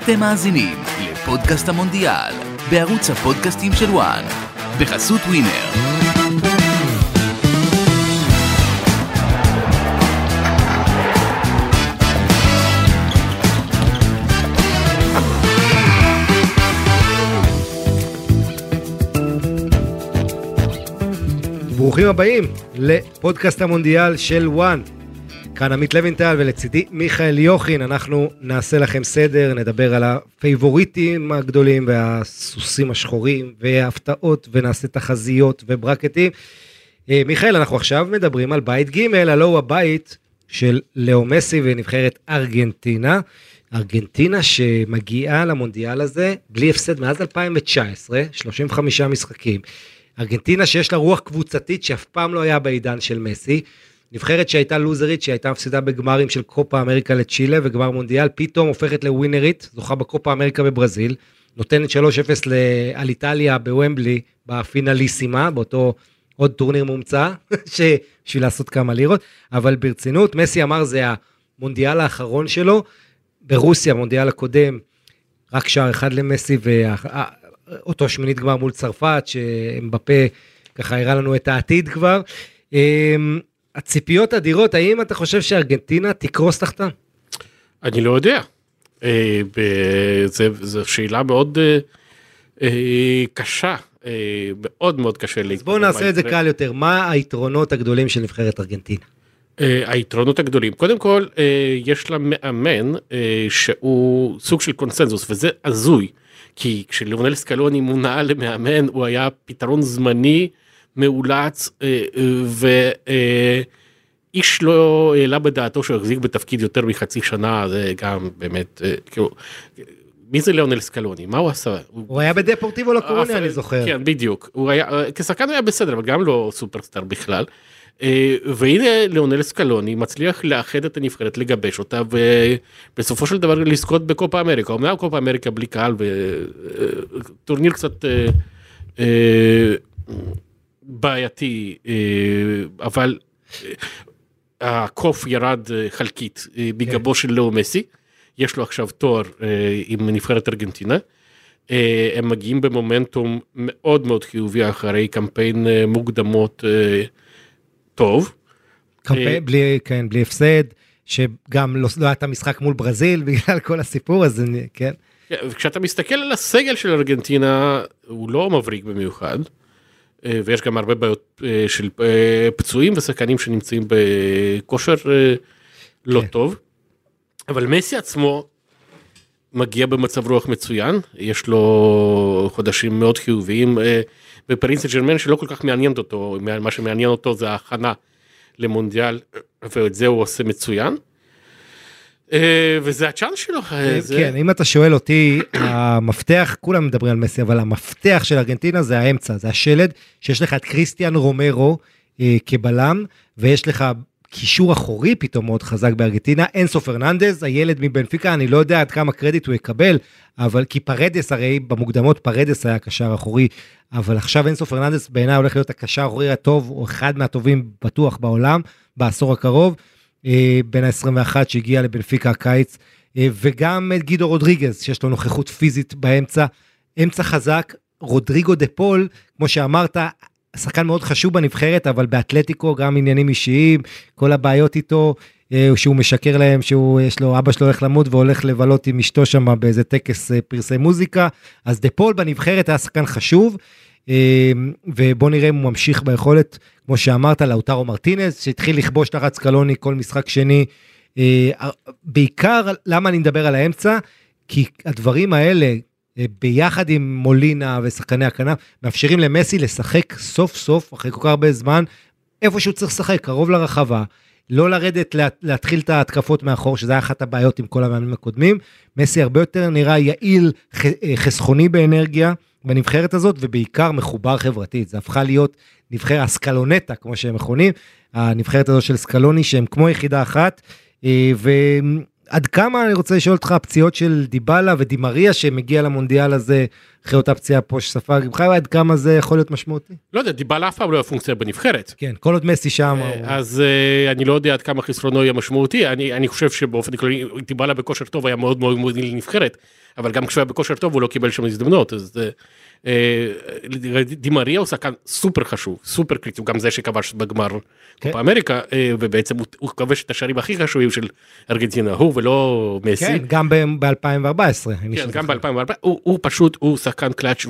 אתם מאזינים לפודקאסט המונדיאל, בערוץ הפודקאסטים של וואן, בחסות ווינר. ברוכים הבאים לפודקאסט המונדיאל של וואן. כאן עמית לוינטל ולצידי מיכאל יוחין. אנחנו נעשה לכם סדר, נדבר על הפייבוריטים הגדולים והסוסים השחורים וההפתעות, ונעשה תחזיות וברקטים. מיכאל, אנחנו עכשיו מדברים על בית ג', הלא הוא הבית של לאו מסי ונבחרת ארגנטינה. ארגנטינה שמגיעה למונדיאל הזה בלי הפסד מאז 2019, 35 משחקים. ארגנטינה שיש לה רוח קבוצתית שאף פעם לא היה בעידן של מסי, נבחרת שהייתה לוזרית, שהייתה מפסידה בגמרים של קופה אמריקה לצ'ילה וגמר מונדיאל, פתאום הופכת לווינרית, זוכה בקופה אמריקה בברזיל, נותנת 3-0 על איטליה בוומבלי, בפינליסימה, באותו עוד טורניר מומצא, בשביל לעשות כמה לירות, אבל ברצינות, מסי אמר זה המונדיאל האחרון שלו, ברוסיה, המונדיאל הקודם, רק שער אחד למסי, אותו שמינית גמר מול צרפת, שמבפה ככה הראה לנו את העתיד כבר. הציפיות אדירות, האם אתה חושב שארגנטינה תקרוס תחתה? אני לא יודע. זו שאלה מאוד קשה, מאוד מאוד קשה. אז בואו נעשה את זה קל יותר. מה היתרונות הגדולים של נבחרת ארגנטינה? היתרונות הגדולים. קודם כל, יש לה מאמן שהוא סוג של קונסנזוס, וזה הזוי. כי כשליאונל סקלוני מונה למאמן, הוא היה פתרון זמני, מאולץ, ואיש לא העלה בדעתו שהוא החזיק בתפקיד יותר מחצי שנה, זה גם באמת, כאילו, מי זה ליאונל סקלוני? מה הוא עשה? הוא היה בדפורטיבו לקורונה, אני זוכר. כן, בדיוק. כשחקן הוא היה בסדר, אבל גם לא סופרסטאר בכלל. והנה ליאונל סקלוני מצליח לאחד את הנבחרת, לגבש אותה, ובסופו של דבר לזכות בקופה אמריקה. אומנם קופה אמריקה בלי קהל, וטורניר קצת בעייתי, אבל הקוף ירד חלקית בגבו של לאו מסי, יש לו עכשיו תואר עם נבחרת ארגנטינה, הם מגיעים במומנטום מאוד מאוד חיובי אחרי קמפיין מוקדמות טוב. בלי הפסד, שגם לא הייתה משחק מול ברזיל בגלל כל הסיפור הזה, כן. וכשאתה מסתכל על הסגל של ארגנטינה, הוא לא מבריק במיוחד, ויש גם הרבה בעיות של פצועים ושחקנים שנמצאים בכושר לא טוב, אבל מסי עצמו מגיע במצב רוח מצוין, יש לו חודשים מאוד חיוביים, בפריז סן ז'רמן שלא כל כך מעניינת אותו, מה שמעניין אותו זה ההכנה למונדיאל, ואת זה הוא עושה מצוין, וזה הצ'אנס שלו. כן, אם אתה שואל אותי, המפתח, כולם מדברים על מסי, אבל המפתח של ארגנטינה זה האמצע, זה השלד, שיש לך את קריסטיאן רומרו כבלם, ויש לך קישור אחורי פתאום מאוד חזק בארגנטינה, אנסו פרננדז, הילד מבנפיקה, אני לא יודע עד כמה קרדיט הוא יקבל, אבל כי פרדס, הרי במוקדמות פרדס היה קשר אחורי, אבל עכשיו אנסו פרננדז בעיניי הולך להיות הקשר האחורי הטוב, או אחד מהטובים בטוח בעולם, בעשור הקרוב, בין ה-21 שהגיע לבנפיקה הקיץ, וגם את גידו רודריגז, שיש לו נוכחות פיזית באמצע, אמצע חזק, רודריגו דה פול, כמו שאמרת, שחקן מאוד חשוב בנבחרת, אבל באתלטיקו גם עניינים אישיים, כל הבעיות איתו, שהוא משקר להם, שיש לו, אבא שלו הולך למות, והולך לבלות עם אשתו שם באיזה טקס פרסי מוזיקה, אז דה פול בנבחרת היה שחקן חשוב, ובוא נראה אם הוא ממשיך ביכולת, כמו שאמרת, לאוטרו מרטינז, שהתחיל לכבוש תחת סקלוני כל משחק שני, בעיקר למה אני מדבר על האמצע, כי הדברים האלה, ביחד עם מולינה ושחקני הכנף, מאפשרים למסי לשחק סוף סוף, אחרי כל כך הרבה זמן, איפה שהוא צריך לשחק, קרוב לרחבה, לא לרדת, להתחיל את ההתקפות מאחור, שזה היה אחת הבעיות עם כל המאמנים הקודמים, מסי הרבה יותר נראה יעיל, חסכוני באנרגיה, בנבחרת הזאת, ובעיקר מחובר חברתית, זה הפכה להיות נבחרת הסקלונטה, כמו שהם מכונים, הנבחרת הזאת של סקלוני, שהם כמו יחידה אחת, עד כמה אני רוצה לשאול אותך, הפציעות של דיבאלה ודימריה, שמגיע למונדיאל הזה, אחרי אותה פציעה פה שספג, עד כמה זה יכול להיות משמעותי? לא יודע, דיבלה אף פעם לא היה פונקציה בנבחרת. כן, כל עוד מסי שם. אז אני לא יודע עד כמה חסרונו יהיה משמעותי, אני חושב שבאופן כללי, דיבלה בכושר טוב היה מאוד מאוד מאוד לנבחרת, אבל גם כשהוא היה בכושר טוב הוא לא קיבל שם הזדמנות, אז דימריה הוא שחקן סופר חשוב, סופר קריטי, הוא גם זה שכבש בגמר קופה אמריקה, ובעצם הוא כבש את השערים הכי חשובים של ארגנטינה, הוא ולא מסי. כן, גם ב-2014. כן, גם ב-2014, הוא פשוט, הוא שחקן קלאץ'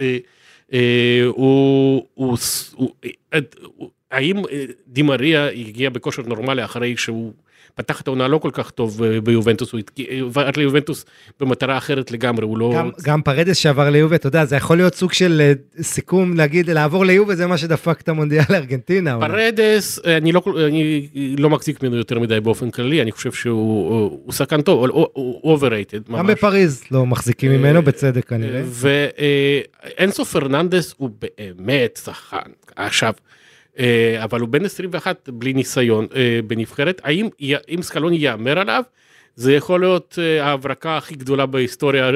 האם דימריה הגיע בכושר נורמלי אחרי שהוא פתח את העונה לא כל כך טוב ביובנטוס, הוא עבר ליובנטוס במטרה אחרת לגמרי, הוא לא... גם פרדס שעבר ליובה, אתה יודע, זה יכול להיות סוג של סיכום, להגיד, לעבור ליובה, זה מה שדפק את המונדיאל לארגנטינה. פרדס, אני לא מחזיק ממנו יותר מדי באופן כללי, אני חושב שהוא שחקן טוב, הוא overrated. גם בפריז לא מחזיקים ממנו, בצדק כנראה. ואנסו פרננדס הוא באמת שחקן, עכשיו, אבל הוא בן 21 בלי ניסיון בנבחרת, אם סקלוני יאמר עליו, זה יכול להיות ההברקה הכי גדולה בהיסטוריה.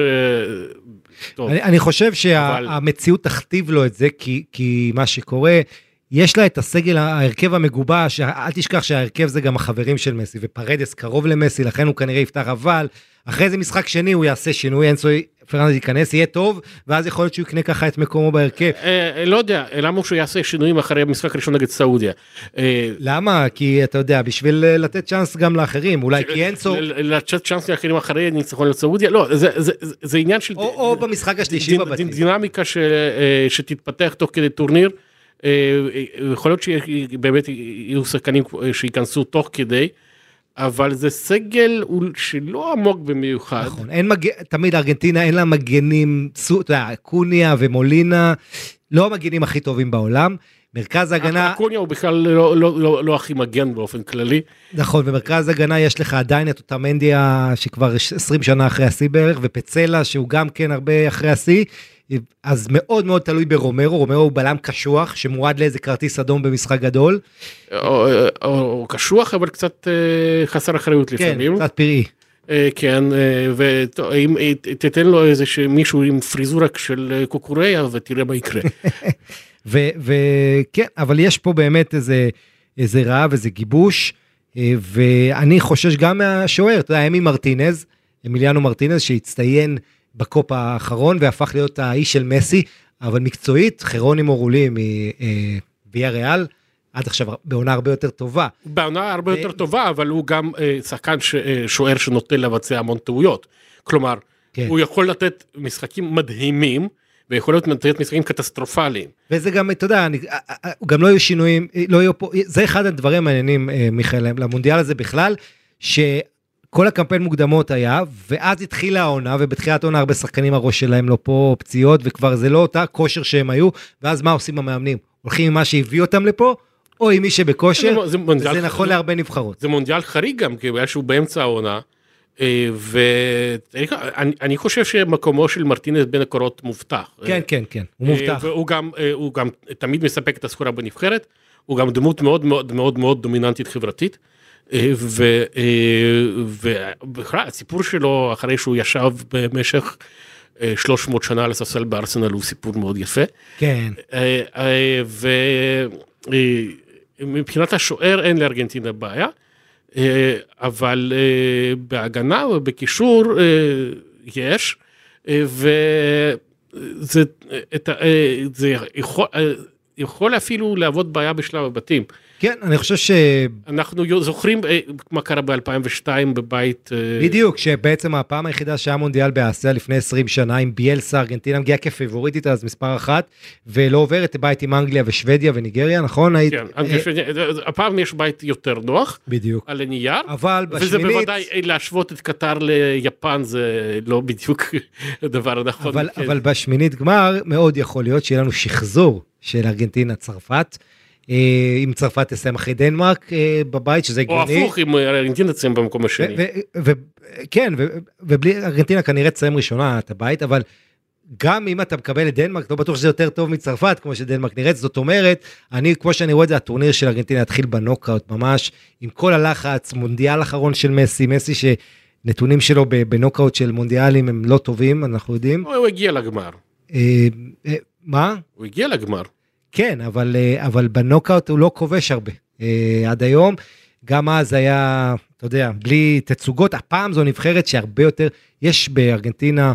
אני חושב שהמציאות תכתיב לו את זה, כי מה שקורה, יש לה את הסגל, ההרכב המגובש, אל תשכח שההרכב זה גם החברים של מסי, ופרדס קרוב למסי, לכן הוא כנראה יפתח, אבל אחרי זה משחק שני הוא יעשה שינוי, אנסו פרננדס ייכנס, יהיה טוב, ואז יכול להיות שהוא יקנה ככה את מקומו בהרכב. לא יודע, למה שהוא יעשה שינויים אחרי המשחק הראשון נגד סעודיה? למה? כי אתה יודע, בשביל לתת צ'אנס גם לאחרים, אולי כי אנסו... לתת צ'אנס לאחרים אחרי ניצחון לסעודיה? לא, זה עניין של... או במשחק השלישי בבתים. דינמיקה שתתפתח תוך כדי טורניר, יכול להיות שבאמת יהיו שחקנים שיכנסו תוך כדי, אבל זה סגל שלא עמוק במיוחד. נכון, תמיד ארגנטינה אין לה מגנים, קוניה ומולינה, לא המגנים הכי טובים בעולם, מרכז הגנה... קוניה הוא בכלל לא הכי מגן באופן כללי. נכון, במרכז הגנה יש לך עדיין את אותה מנדיה שכבר 20 שנה אחרי השיא בערך, ופצלה שהוא גם כן הרבה אחרי השיא, אז מאוד מאוד תלוי ברומרו, רומרו הוא בלם קשוח, שמועד לאיזה כרטיס אדום במשחק גדול. או קשוח, אבל קצת חסר אחריות לפעמים. כן, קצת פראי. כן, ואם תתן לו איזה מישהו עם פריזורה של קוקוריה, ותראה מה יקרה. וכן, אבל יש פה באמת איזה רעב, איזה גיבוש, ואני חושש גם מהשוער, אתה יודע, אמי מרטינז, אמיליאנו מרטינז, שהצטיין בקופ האחרון, והפך להיות האיש של מסי, אבל מקצועית, חירונימו רולי מביה ריאל, עד עכשיו בעונה הרבה יותר טובה. בעונה הרבה יותר טובה, אבל הוא גם שחקן שוער שנוטה לבצע המון טעויות. כלומר, הוא יכול לתת משחקים מדהימים, ויכול להיות לתת משחקים קטסטרופליים. וזה גם, אתה יודע, גם לא יהיו שינויים, לא יהיו פה, זה אחד הדברים המעניינים, מיכאל, למונדיאל הזה בכלל, כל הקמפיין מוקדמות היה, ואז התחילה העונה, ובתחילת העונה הרבה שחקנים הראש שלהם לא פה, פציעות, וכבר זה לא אותה כושר שהם היו, ואז מה עושים המאמנים? הולכים עם מה שהביא אותם לפה, או עם מי שבכושר, וזה נכון להרבה נבחרות. זה מונדיאל חריג גם, כי הוא היה שהוא באמצע העונה, ואני חושב שמקומו של מרטינז בין הקורות מובטח. כן, כן, כן, הוא מובטח. והוא גם תמיד מספק את הסחורה בנבחרת, הוא גם דמות מאוד מאוד מאוד מאוד דומיננטית חברתית, ובכלל, הסיפור שלו, אחרי שהוא ישב במשך 300 שנה על הספסל בארסנל, הוא סיפור מאוד יפה. כן. ומבחינת השוער אין לארגנטינה בעיה, אבל בהגנה ובקישור יש, וזה יכול אפילו לעבוד בעיה בשלב הבתים. כן, אני חושב ש... אנחנו זוכרים מה קרה ב-2002 בבית... בדיוק, שבעצם הפעם היחידה שהיה מונדיאל באסיה לפני 20 שנה, עם ביאלסה, ארגנטינה מגיעה כפייבוריטית, אז מספר אחת, ולא עוברת בית עם אנגליה ושוודיה וניגריה, נכון? כן, הפעם יש בית יותר נוח. בדיוק. על הנייר. אבל בשמינית... וזה בוודאי, להשוות את קטר ליפן, זה לא בדיוק הדבר הנכון. אבל בשמינית גמר, מאוד יכול להיות שיהיה לנו שחזור של ארגנטינה צרפת, אם צרפת תסיים אחרי דנמרק בבית, שזה הגיוני. או הפוך, אם ארגנטינה תסיים במקום השני. כן, ובלי ארגנטינה כנראה תסיים ראשונה את הבית, אבל גם אם אתה מקבל את דנמרק, לא בטוח שזה יותר טוב מצרפת, כמו שדנמרק נראית, זאת אומרת, כמו שאני רואה את זה, הטורניר של ארגנטינה התחיל בנוקאוט ממש, עם כל הלחץ, מונדיאל אחרון של מסי שנתונים שלו בנוקאוט של מונדיאלים הם לא טובים, אנחנו יודעים. הוא הגיע לגמר. מה? הוא הגיע לגמר. כן, אבל בנוקאוט הוא לא כובש הרבה. עד היום, גם אז היה, אתה יודע, בלי תצוגות, הפעם זו נבחרת שהרבה יותר, יש בארגנטינה,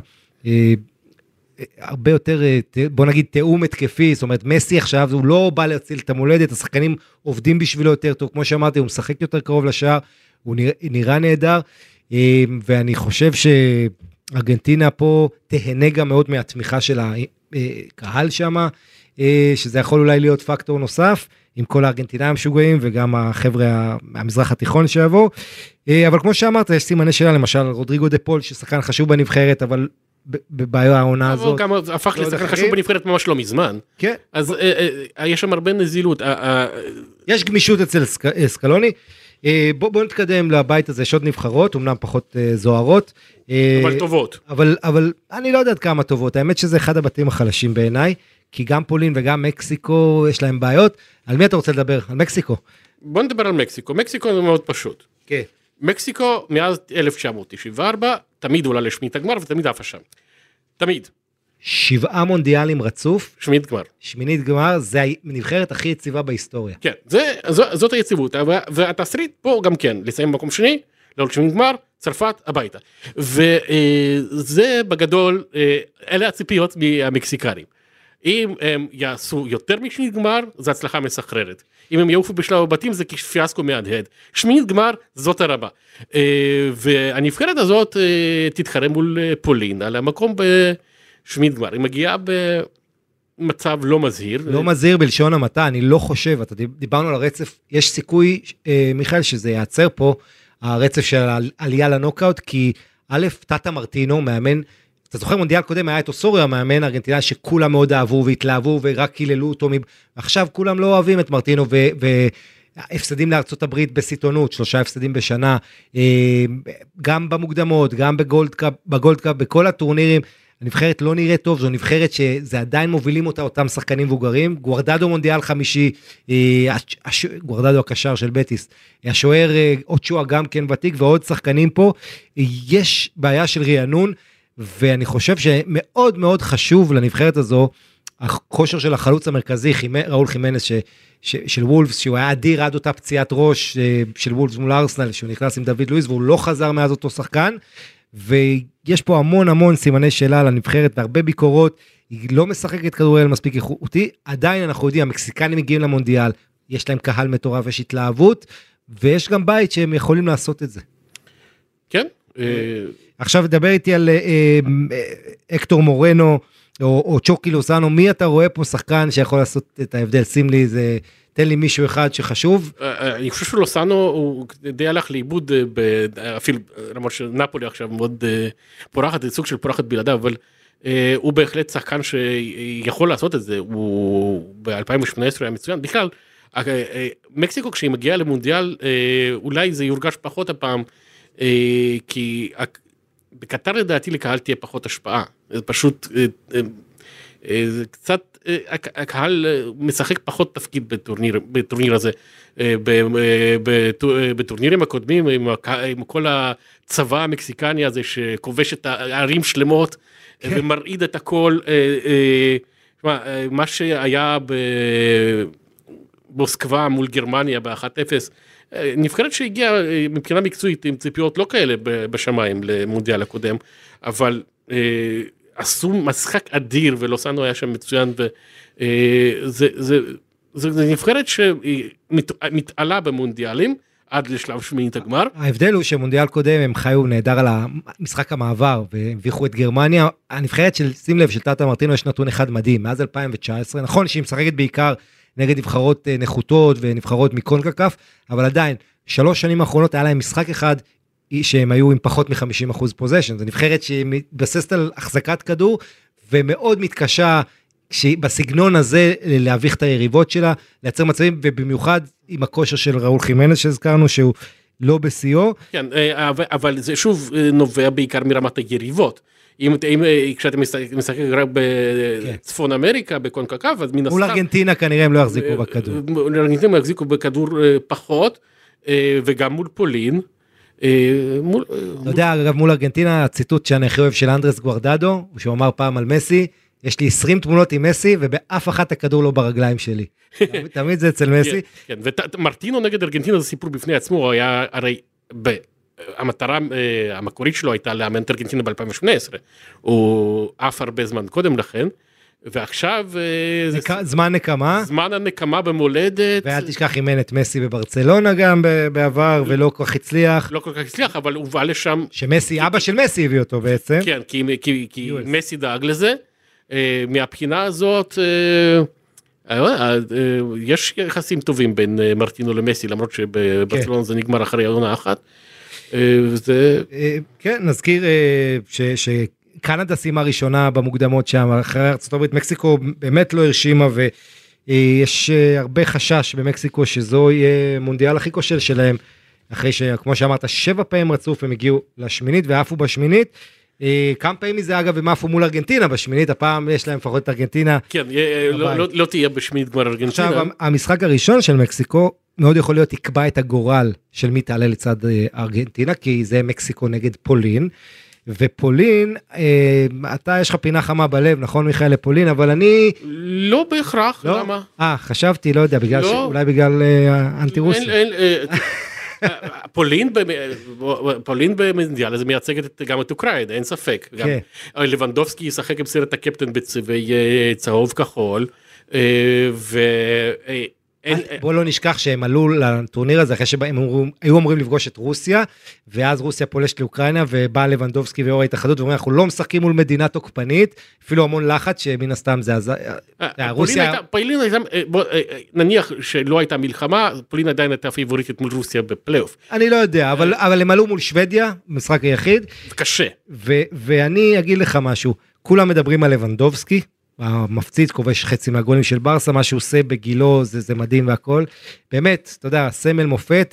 הרבה יותר, בוא נגיד, תאום התקפי, זאת אומרת, מסי עכשיו, הוא לא בא להציל את המולדת, השחקנים עובדים בשבילו יותר טוב, כמו שאמרתי, הוא משחק יותר קרוב לשער, הוא נראה נהדר, ואני חושב שארגנטינה פה תהנה גם מאוד מהתמיכה של הקהל שם, שזה יכול אולי להיות פקטור נוסף, עם כל הארגנטינאים המשוגעים, וגם החבר'ה מהמזרח התיכון שיבואו, אבל כמו שאמרת, יש סימני שאלה, למשל, רודריגו דה פול, ששחקן חשוב בנבחרת, אבל בבעיה העונה הזאת. אבל גם הפך לשחקן חשוב בנבחרת ממש לא מזמן. כן. אז יש שם הרבה נזילות. יש גמישות אצל סקלוני. בואו נתקדם לבית הזה, יש עוד נבחרות, אמנם פחות זוהרות. אבל טובות. אבל אני לא יודעת כמה טובות. האמת שזה אחד הבתים החלשים בעיניי, כי גם פולין וגם מקסיקו יש להם בעיות. על מי אתה רוצה לדבר? על מקסיקו. בוא נדבר על מקסיקו. מקסיקו זה מאוד פשוט. כן. מקסיקו מאז 1994 תמיד עולה לשמינית הגמר ותמיד עפה שם. תמיד. 7 מונדיאלים רצוף. שמינית גמר. שמינית גמר זה הנבחרת הכי יציבה בהיסטוריה. כן, זאת היציבות. והתסריט פה גם כן, לסיים במקום שני, לעלות שמינית גמר, צרפת הביתה. וזה בגדול, אלה הציפיות מהמקסיקנים. אם הם יעשו יותר משמינית גמר, זה הצלחה מסחררת. אם הם יעופו בשלב הבתים, זה פיאסקו מהדהד. שמינית גמר, זאת הרבה. והנבחרת הזאת תתחרה מול פולין, על המקום בשמינית גמר. היא מגיעה במצב לא מזהיר. לא מזהיר בלשון המעטה, אני לא חושב, דיברנו על הרצף, יש סיכוי, מיכאל, שזה יעצר פה, הרצף של העלייה לנוקאוט, כי א', טאטה מרטינו, מאמן, אתה זוכר מונדיאל קודם, היה את אוסוריו, המאמן הארגנטינאי שכולם מאוד אהבו והתלהבו ורק קיללו אותו, עכשיו כולם לא אוהבים את מרטינו והפסדים לארצות הברית בסיטונות, 3 הפסדים בשנה, גם במוקדמות, גם בגולדקאפ, בכל הטורנירים, הנבחרת לא נראית טוב, זו נבחרת שזה עדיין מובילים אותם שחקנים מבוגרים, גוארדדו מונדיאל חמישי, גוארדדו הקשר של בטיס, השוער אוצ'ואה גם כן ותיק, ועוד שחקנים פה, יש בעיה של רענון, ואני חושב שמאוד מאוד חשוב לנבחרת הזו, הכושר של החלוץ המרכזי, ראול חימנס של וולפס, שהוא היה אדיר עד אותה פציעת ראש של וולפס מול ארסנל, שהוא נכנס עם דוד לואיס, והוא לא חזר מאז אותו שחקן, ויש פה המון סימני שאלה על הנבחרת, והרבה ביקורות, היא לא משחקת כדורגל מספיק איכותי, עדיין אנחנו יודעים, המקסיקנים מגיעים למונדיאל, יש להם קהל מטורף, יש התלהבות, ויש גם בית שהם יכולים לעשות את זה. כן. עכשיו דבר איתי על אקטור מורנו, או צ'וקי לוסאנו, מי אתה רואה פה שחקן שיכול לעשות את ההבדל? שים לי איזה, תן לי מישהו אחד שחשוב. אני חושב שלוסאנו הוא די הלך לאיבוד, אפילו למרות שנפולי עכשיו מאוד פורחת, זה סוג של פורחת בלעדיו, אבל הוא בהחלט שחקן שיכול לעשות את זה, הוא ב-2018 היה מצוין, בכלל, מקסיקו כשהיא מגיעה למונדיאל, אולי זה יורגש פחות הפעם, כי בקטר לדעתי לקהל תהיה פחות השפעה, זה פשוט, זה קצת, הקהל משחק פחות תפקיד בטורניר הזה, בטורנירים הקודמים, עם כל הצבא המקסיקני הזה שכובש את הערים שלמות, ומרעיד את הכל, מה שהיה במוסקבה מול גרמניה ב-1-0, נבחרת שהגיעה מבחינה מקצועית עם ציפיות לא כאלה בשמיים למונדיאל הקודם, אבל עשו משחק אדיר ולוסאנו היה שם מצוין, וזה נבחרת שמתעלה במונדיאלים עד לשלב שמינית הגמר. ההבדל הוא שמונדיאל קודם הם חיו נהדר על משחק המעבר והביכו את גרמניה, הנבחרת של, שים לב, של טאטה מרטינו יש נתון אחד מדהים, מאז 2019, נכון שהיא משחקת בעיקר נגד נבחרות נחותות ונבחרות מקונקקף, אבל עדיין, 3 שנים האחרונות היה להם משחק אחד שהם היו עם פחות מ-50% פוזיישן, זו נבחרת שמתבססת על החזקת כדור, ומאוד מתקשה בסגנון הזה להביך את היריבות שלה, לייצר מצבים, ובמיוחד עם הכושר של ראול חימנס שהזכרנו, שהוא לא בשיאו. כן, אבל זה שוב נובע בעיקר מרמת היריבות. כשאתם משחקים רק בצפון אמריקה, בקונקקף, אז מן הסתם... מול ארגנטינה כנראה הם לא יחזיקו בכדור. מול ארגנטינה הם יחזיקו בכדור פחות, וגם מול פולין. אתה יודע, אגב, מול ארגנטינה, הציטוט שאני הכי אוהב של אנדרס גוארדדו, שהוא אמר פעם על מסי, יש לי 20 תמונות עם מסי, ובאף אחת הכדור לא ברגליים שלי. תמיד זה אצל מסי. כן, ומרטינו נגד ארגנטינה זה סיפור בפני עצמו, הוא היה הרי, המטרה המקורית שלו הייתה לאמן את ארגנטינה ב-2018, הוא אף הרבה זמן קודם לכן, ועכשיו... זמן נקמה. זמן הנקמה במולדת. ואל תשכח אימן את מסי בברצלונה גם בעבר, ולא כל כך הצליח. לא כל כך הצליח, אבל הוא בא לשם... שמסי, אבא של מסי הביא אותו בעצם. כן, כי מסי דאג לזה. מהבחינה הזאת, יש יחסים טובים בין מרטינו למסי, למרות שבברצלונה זה נגמר אחרי עונה אחת. כן, נזכיר קנדה סיימה ראשונה במוקדמות שם, אחרי ארצות הברית, מקסיקו באמת לא הרשימה, ויש הרבה חשש במקסיקו שזו יהיה מונדיאל הכי כושל שלהם, אחרי שכמו שאמרת, 7 פעמים רצוף הם הגיעו לשמינית, ועפו בשמינית, כמה פעמים מזה אגב הם עפו מול ארגנטינה בשמינית, הפעם יש להם לפחות את ארגנטינה. כן, לא תהיה בשמינית גמר ארגנטינה. עכשיו, המשחק הראשון של מקסיקו, מאוד יכול להיות יקבע את הגורל של מי תעלה לצד ארגנטינה, כי זה מקסיקו נגד פולין, ופולין, אתה יש לך פינה חמה בלב, נכון מיכאל לפולין, אבל אני... לא בהכרח, לא? למה? חשבתי, לא יודע, אולי בגלל אנטי רוסיה. פולין במונדיאל הזה מייצגת גם את אוקראינה, אין ספק. כן. לבנדובסקי ישחק עם סרט הקפטן בצבעי צהוב כחול, בוא לא נשכח שהם עלו לטורניר הזה, אחרי שהם היו אמורים לפגוש את רוסיה, ואז רוסיה פולשת לאוקראינה, ובא לבנדובסקי ויו"ר ההתאחדות, ואומרים, אנחנו לא משחקים מול מדינה תוקפנית, אפילו המון לחץ, שמן הסתם זה רוסיה... פולין הייתה, נניח שלא הייתה מלחמה, פולין עדיין הייתה פיבוריטית מול רוסיה בפלייאוף. אני לא יודע, אבל הם עלו מול שוודיה, משחק היחיד. קשה. ואני אגיד לך משהו, כולם מדברים על לבנדובסקי, המפציץ, כובש חצי מהגולים של ברסה, מה שהוא עושה בגילו, זה מדהים והכל. באמת, אתה יודע, סמל מופת,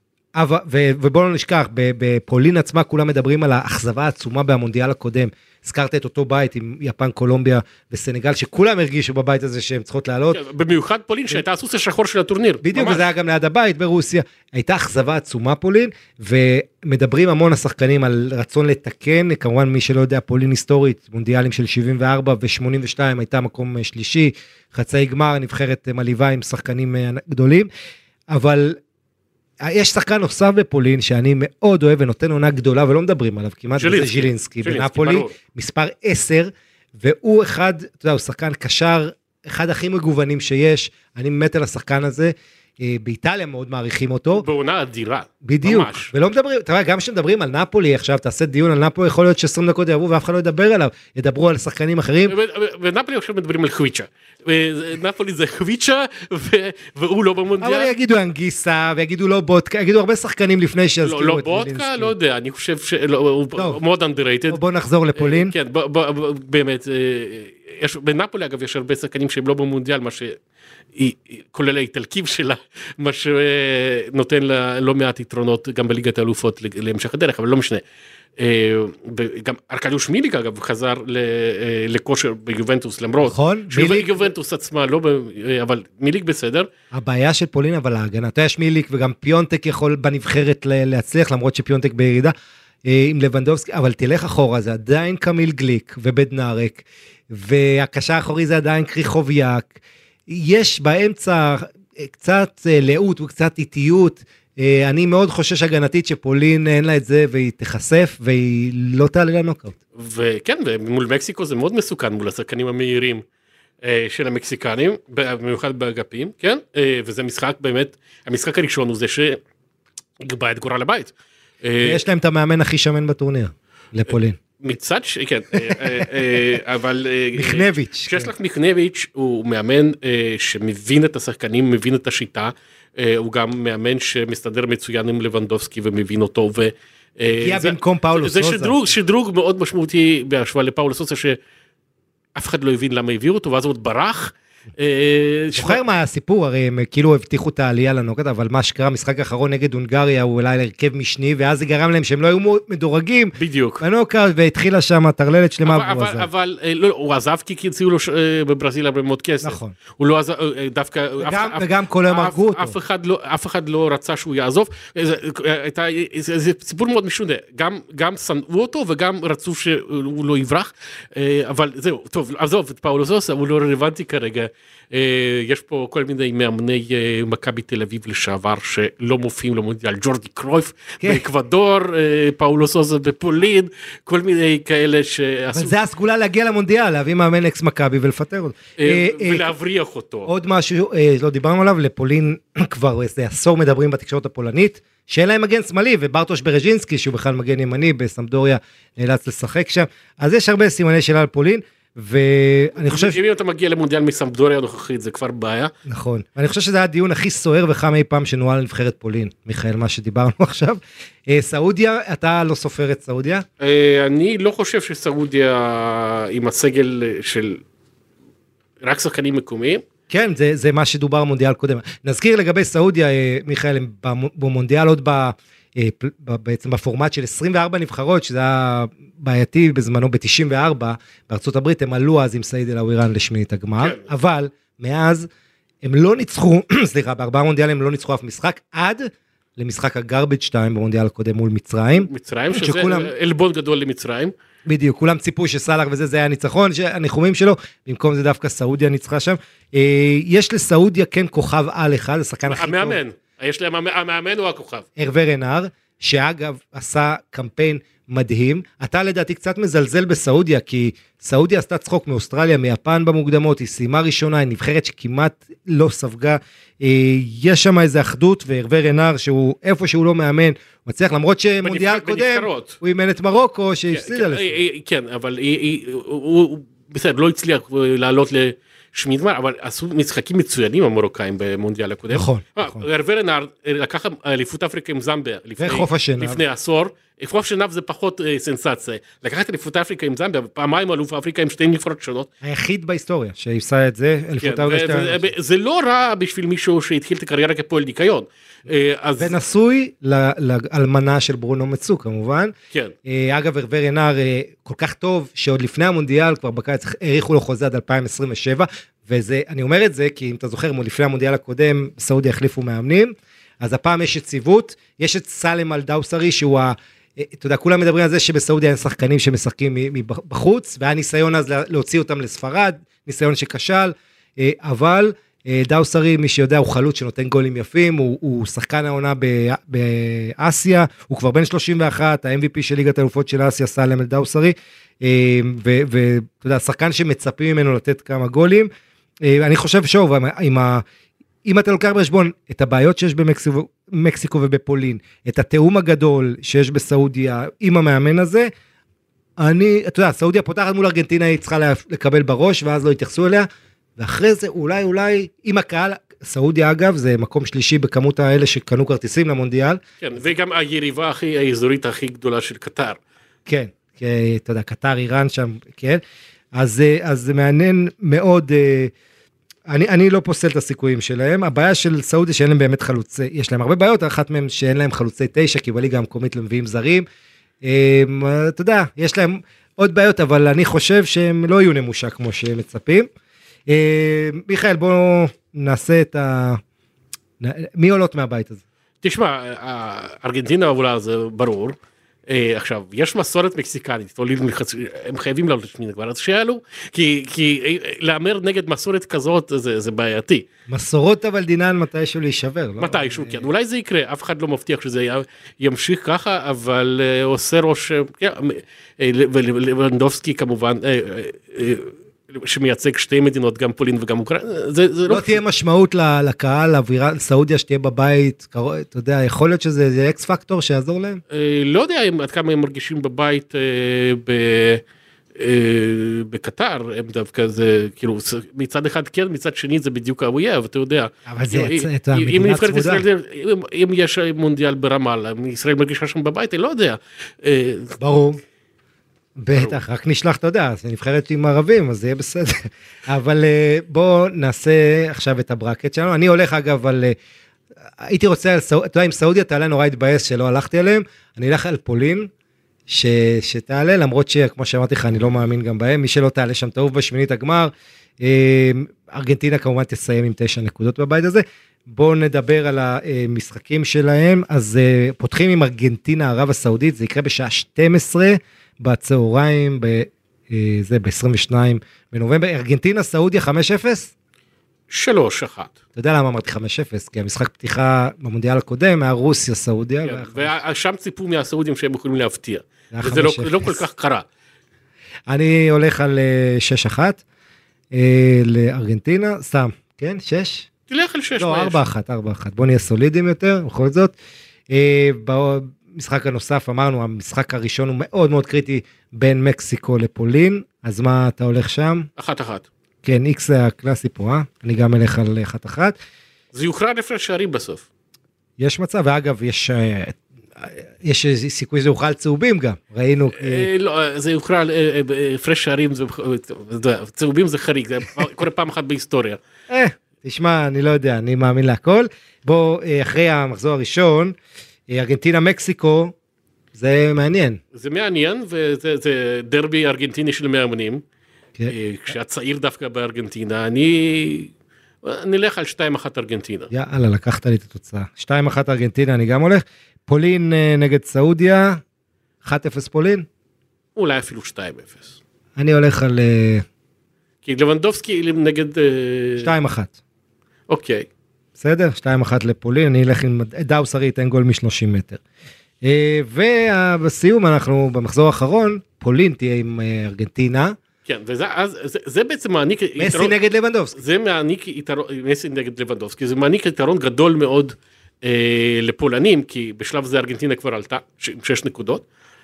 ובוא לא נשכח, בפולין עצמה כולם מדברים על האכזבה העצומה במונדיאל הקודם. הזכרת את אותו בית עם יפן, קולומביה וסנגל, שכולם הרגישו בבית הזה שהם צריכות לעלות. במיוחד פולין, שהייתה הסוס השחור של הטורניר. בדיוק, וזה היה גם ליד הבית ברוסיה. הייתה אכזבה עצומה פולין, ומדברים המון השחקנים על רצון לתקן, כמובן מי שלא יודע, פולין היסטורית, מונדיאלים של 74 ו-82, הייתה מקום שלישי, חצאי גמר, נבחרת מליבה עם שחקנים גדולים, אבל... יש שחקן נוסף בפולין שאני מאוד אוהב ונותן עונה גדולה ולא מדברים עליו, כמעט זה ז'ילינסקי בנפולי, מספר 10, והוא אחד, אתה יודע, הוא שחקן קשר, אחד הכי מגוונים שיש, אני מת על השחקן הזה, באיטליה מאוד מעריכים אותו. בעונה אדירה. בדיוק, ממש. ולא מדברים, אתה יודע, גם כשמדברים על נפולי עכשיו, תעשה דיון על נפולי, יכול להיות ש20 דקות יעברו ואף אחד לא ידבר עליו, ידברו על שחקנים אחרים. ונפולי עכשיו מדברים על חוויצ'ה. נפולי זה חוויצ'ה, והוא לא במונדיאל. אבל יגידו אנגיסה, ויגידו לא בודקה, יגידו הרבה שחקנים לפני שיזכירו את לא בודקה, לא יודע, אני חושב שהוא מאוד underrated. בוא נחזור לפולין. כן, באמת, בנפולי אגב יש הרבה שחקנים שהם לא במונדיאל, מה כולל האיטלקים שלה, מה שנותן לה לא מעט יתרונות גם בליגת האלופות להמשך הדרך, אבל לא משנה. גם ארקדיוש מיליק אגב חזר לכושר ביובנטוס, למרות שיובנטוס עצמה לא, אבל מיליק בסדר. הבעיה של פולין אבל ההגנה, אתה יש מיליק וגם פיונטק יכול בנבחרת להצליח, למרות שפיונטק בירידה עם לבנדובסקי, אבל תלך אחורה, זה עדיין קמיל גליק ובדנארק, והקשר האחורי זה עדיין קריחוביאק, יש באמצע קצת לאות וקצת איטיות, אני מאוד חושש הגנתית שפולין אין לה את זה והיא תחשף והיא לא תעלה לנוקאוט. וכן, ומול מקסיקו זה מאוד מסוכן מול השחקנים המהירים של המקסיקנים, במיוחד באגפים, כן? וזה משחק באמת, המשחק הראשון הוא זה שגבה את גורל הבית. יש להם את המאמן הכי שמן בטורניר, לפולין. מצד כן, אבל... מיכנביץ'. כשיש לך מיכנביץ', הוא מאמן שמבין את השחקנים, מבין את השיטה, הוא גם מאמן שמסתדר מצוין עם לבנדובסקי ומבין אותו, הגיע במקום פאולו סוזה. זה שדרוג מאוד משמעותי בהשוואה לפאולו סוזה, שאף אחד לא הבין למה הביאו אותו, ואז הוא עוד ברח, זוכר מה הסיפור, הרי הם כאילו הבטיחו את העלייה לנוקאאוט, אבל מה שקרה, משחק האחרון נגד הונגריה, הוא אולי להרכב משני, ואז זה גרם להם שהם לא היו מדורגים, בדיוק. בנוקאאוט, והתחילה שם טרללת שלמה, אבל הוא עזב כי הציעו לו בברזיל הרבה מאוד כסף. נכון. הוא לא עזב, דווקא... וגם כל היום הרגו אותו. אף אחד לא רצה שהוא יעזוב, זה סיפור מאוד משונה, גם שנאו אותו וגם רצו שהוא לא יברח, אבל זהו, טוב, עזוב את פאולו סוסה, הוא לא רלוונטי כרגע, יש פה כל מיני מאמני מכבי תל אביב לשעבר שלא מופיעים למונדיאל, ג'ורדי קרויף באקוודור, פאולו סוסה בפולין, כל מיני כאלה שעשו... אבל זה הסגולה להגיע למונדיאל, להביא מאמן אקס מכבי ולפטר אותו. ולהבריח אותו. עוד משהו, לא דיברנו עליו, לפולין כבר איזה עשור מדברים בתקשורת הפולנית, שאין להם מגן שמאלי, וברטוש ברז'ינסקי, שהוא בכלל מגן ימני, בסמדוריה נאלץ לשחק שם, אז יש הרבה סימני שאלה על פולין, ואני חושב... אם אתה מגיע למונדיאל מסמדוריה הנוכחית, זה כבר בעיה. נכון, ואני חושב שזה היה הדיון הכי סוער וחם אי פעם שנוהל נבחרת פולין, מיכאל, מה שדיברנו עכשיו. סעודיה, אתה לא סופר את סעודיה? אני לא חושב שסעודיה עם הסגל של רק שחקנים מקומיים, כן, זה מה שדובר מונדיאל קודם. נזכיר לגבי סעודיה, מיכאל, במונדיאל עוד בעצם בפורמט של 24 נבחרות, שזה היה בעייתי בזמנו ב-94, בארצות הברית הם עלו אז עם סעיד אל-אווירן לשמינית הגמר, אבל מאז הם לא ניצחו, סליחה, בארבעה מונדיאלים הם לא ניצחו אף משחק, עד למשחק הגרבג' 2 במונדיאל הקודם מול מצרים. מצרים, שזה אלבון גדול למצרים. בדיוק, כולם ציפו שסלח וזה היה הניצחון, הניחומים שלו, במקום זה דווקא סעודיה ניצחה שם. יש לסעודיה כן כוכב על אחד, השחקן הכי טוב. המאמן, יש להם המאמן או הכוכב? הרווה רנאר, שאגב עשה קמפיין מדהים, אתה לדעתי קצת מזלזל בסעודיה, כי סעודיה עשתה צחוק מאוסטרליה, מיפן במוקדמות, היא סיימה ראשונה, היא נבחרת שכמעט לא ספגה, יש שם איזו אחדות, והרווה רנאר, שהוא איפה שהוא לא מאמן, הוא מצליח, למרות שמונדיאל קודם, הוא אימן את מרוקו, שהפסידה לזה. כן, אבל הוא בסדר, לא הצליח לעלות לשמינית גמר, אבל עשו משחקים מצוינים המרוקאים במונדיאל הקודם. נכון. הרווה רנאר לקח אליפות אפריקה עם זמביה, לפני עשור, חוף שנב זה פחות סנסציה, לקחת אליפות אפריקה עם זמביה, פעמיים אלוף אפריקה עם שתי נבחרות שונות. היחיד בהיסטוריה שהפסה את זה, זה לא רע בשביל מישהו שהתחיל את הקריירה כפועל ניקיון. ונשוי לאלמנה של ברונו מצוק כמובן. אגב, הרווה רנאר כל כך טוב, שעוד לפני המונדיאל כבר בקיץ העריכו לו חוזה עד 2027, ואני אומר את זה כי אם אתה זוכר, לפני המונדיאל הקודם, סעודיה החליפו מאמנים, אז הפעם יש יציבות, יש את סלם אל-דאוסרי שהוא אתה יודע, כולם מדברים על זה שבסעודיה אין שחקנים שמשחקים בחוץ, והיה ניסיון אז להוציא אותם לספרד, ניסיון שכשל, אבל דאוסרי, מי שיודע, הוא חלוץ שנותן גולים יפים, הוא שחקן העונה באסיה, הוא כבר בן 31, ה-MVP של ליגת האלופות של אסיה, סלם אל-דאוסרי, ואתה יודע, שחקן שמצפים ממנו לתת כמה גולים, אני חושב שוב, אם אתה לוקח בחשבון את הבעיות שיש במקסיקו ובפולין, את התאום הגדול שיש בסעודיה עם המאמן הזה, אתה יודע, סעודיה פותחת מול ארגנטינה, היא צריכה לקבל בראש, ואז לא יתייחסו אליה, ואחרי זה אולי, עם הקהל, סעודיה אגב, זה מקום שלישי בכמות האלה שקנו כרטיסים למונדיאל. כן, וגם היריבה האזורית הכי גדולה של קטר. כן, אתה יודע, קטר, איראן שם, כן, אז זה מעניין מאוד, אני לא פוסל את הסיכויים שלהם, הבעיה של סעודיה שאין להם באמת חלוצי, יש להם הרבה בעיות, אחת מהם שאין להם חלוצי 9, כי בליגה המקומית לא מביאים זרים, אתה יודע, יש להם עוד בעיות, אבל אני חושב שהם לא יהיו נמושה כמו שהם מצפים. מיכאל, בואו נעשה את מי עולות מהבית הזה? תשמע, ארגנטינה עבורה זה ברור, עכשיו, יש מסורת מקסיקנית, הם חייבים לעלות לשמינית כבר, אז שיעלו, כי לאמר נגד מסורת כזאת זה בעייתי. מסורות אבל דינן מתישהו להישבר, לא? מתישהו, כן, אולי זה יקרה, אף אחד לא מבטיח שזה ימשיך ככה, אבל עושה ראש, ולבנדובסקי כמובן, שמייצג שתי מדינות, גם פולין וגם אוקראינה, לא תהיה משמעות לקהל, סעודיה שתהיה בבית, אתה יודע, יכול להיות שזה אקס פקטור שיעזור להם? לא יודע עד כמה הם מרגישים בבית בקטר, הם דווקא זה, כאילו, מצד אחד כן, מצד שני זה בדיוק האויב, אתה יודע. אבל זה את המדינה צמודה. אם יש מונדיאל ברמאללה, ישראל מרגישה שם בבית, אני לא יודע. ברור. בטח, רק נשלח, אתה יודע, זה נבחרת עם ערבים, אז זה יהיה בסדר. אבל בואו נעשה עכשיו את הברקט שלנו. אני הולך אגב על, הייתי רוצה, אתה יודע, עם סעודיה תעלה נורא התבאס שלא הלכתי עליהם, אני אלך על פולין, שתעלה, למרות שכמו שאמרתי לך, אני לא מאמין גם בהם, מי שלא תעלה שם תעוף בשמינית הגמר, ארגנטינה כמובן תסיים עם 9 נקודות בבית הזה, בואו נדבר על המשחקים שלהם, אז פותחים עם ארגנטינה ערב הסעודית, זה יקרה בשעה 12 בצהריים, זה ב-22 בנובמבר, ארגנטינה סעודיה 5-0? 3-1. אתה יודע למה אמרתי 5-0? כי המשחק פתיחה במונדיאל הקודם, היה רוסיה סעודיה. ושם ציפו מהסעודים שהם יכולים להפתיע, וזה לא כל כך קרה. אני הולך על 6-1 לארגנטינה, סתם, כן? 6? תלך על 6. לא, 4-1. בוא נהיה סולידיים יותר, בכל זאת. במשחק הנוסף, אמרנו, המשחק הראשון הוא מאוד מאוד קריטי בין מקסיקו לפולין, אז מה אתה הולך שם? 1-1. כן, איקס זה הקלאסי פה, אני גם אלך על 1-1. זה יוכרע הפרש שערים בסוף. יש מצב, ואגב, יש סיכוי שזה יוכל צהובים גם, ראינו. לא, זה יוכרע הפרש שערים, צהובים זה חריג, זה קורה פעם אחת בהיסטוריה. תשמע, אני לא יודע, אני מאמין להכל. בוא, אחרי המחזור הראשון, ארגנטינה מקסיקו, זה מעניין. זה מעניין, וזה דרבי ארגנטיני של מאמנים. כשהצעיר דווקא בארגנטינה, אני נלך על 2-1 ארגנטינה. יאללה, לקחת לי את התוצאה. 2-1 ארגנטינה, אני גם הולך. פולין נגד סעודיה, 1-0 פולין? אולי אפילו 2-0. אני הולך על... כי לבנדובסקי נגד... 2-1. אוקיי. בסדר? 2-1 לפולין, אני אלך עם דאו שרי, ייתן גול מ-30 מטר. ובסיום אנחנו במחזור האחרון, פולין תהיה עם ארגנטינה. כן, וזה בעצם מעניק... מסי נגד לבנדובסקי. זה מעניק יתרון, מסי נגד לבנדובסקי, זה מעניק יתרון גדול מאוד לפולנים, כי בשלב זה ארגנטינה כבר עלתה, 6 נקודות.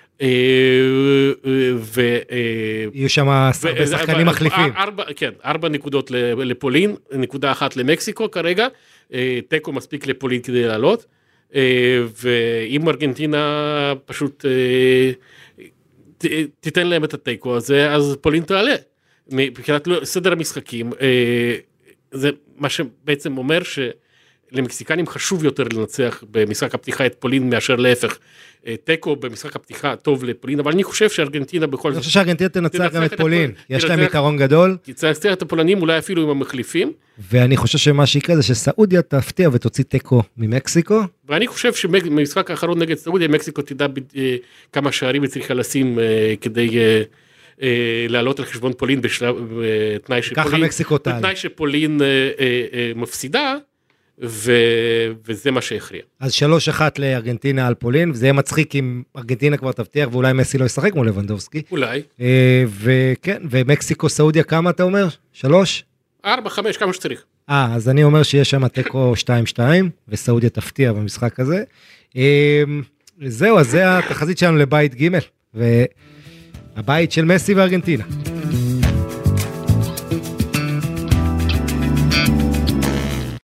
יהיו שם שחקנים מחליפים. 4 נקודות לפולין, 1 למקסיקו כרגע, טקו מספיק לפולין כדי לעלות, ואם ארגנטינה פשוט תיתן להם את הטקו הזה, אז פולין תעלה. מבחינת סדר המשחקים, זה מה שבעצם אומר שלמקסיקנים חשוב יותר לנצח במשחק הפתיחה את פולין מאשר להפך. טקו במשחק הפתיחה טוב לפולין, אבל אני חושב שארגנטינה בכל זאת... אני חושב שארגנטינה תנצח גם את פולין, יש להם יתרון גדול. תנצח את הפולנים אולי אפילו עם המחליפים. ואני חושב שמה שיקרה זה שסעודיה תפתיע ותוציא טקו ממקסיקו. ואני חושב שבמשחק האחרון נגד סעודיה, מקסיקו תדע כמה שערים היא צריכה לשים כדי לעלות על חשבון פולין בתנאי שפולין מפסידה, וזה מה שהכריע. אז 3-1 לארגנטינה על פולין, וזה יהיה מצחיק אם ארגנטינה כבר תבטיח, ואולי מסי לא ישחק מול לבנדובסקי. אולי. וכן, ומקסיקו סעודיה כמה אתה אומר? 3? 4, 5, כמה שצריך. אז אני אומר שיש שם טקו 2-2, וסעודיה תפתיע במשחק הזה. זהו, אז זה התחזית שלנו לבית ג' והבית של מסי וארגנטינה.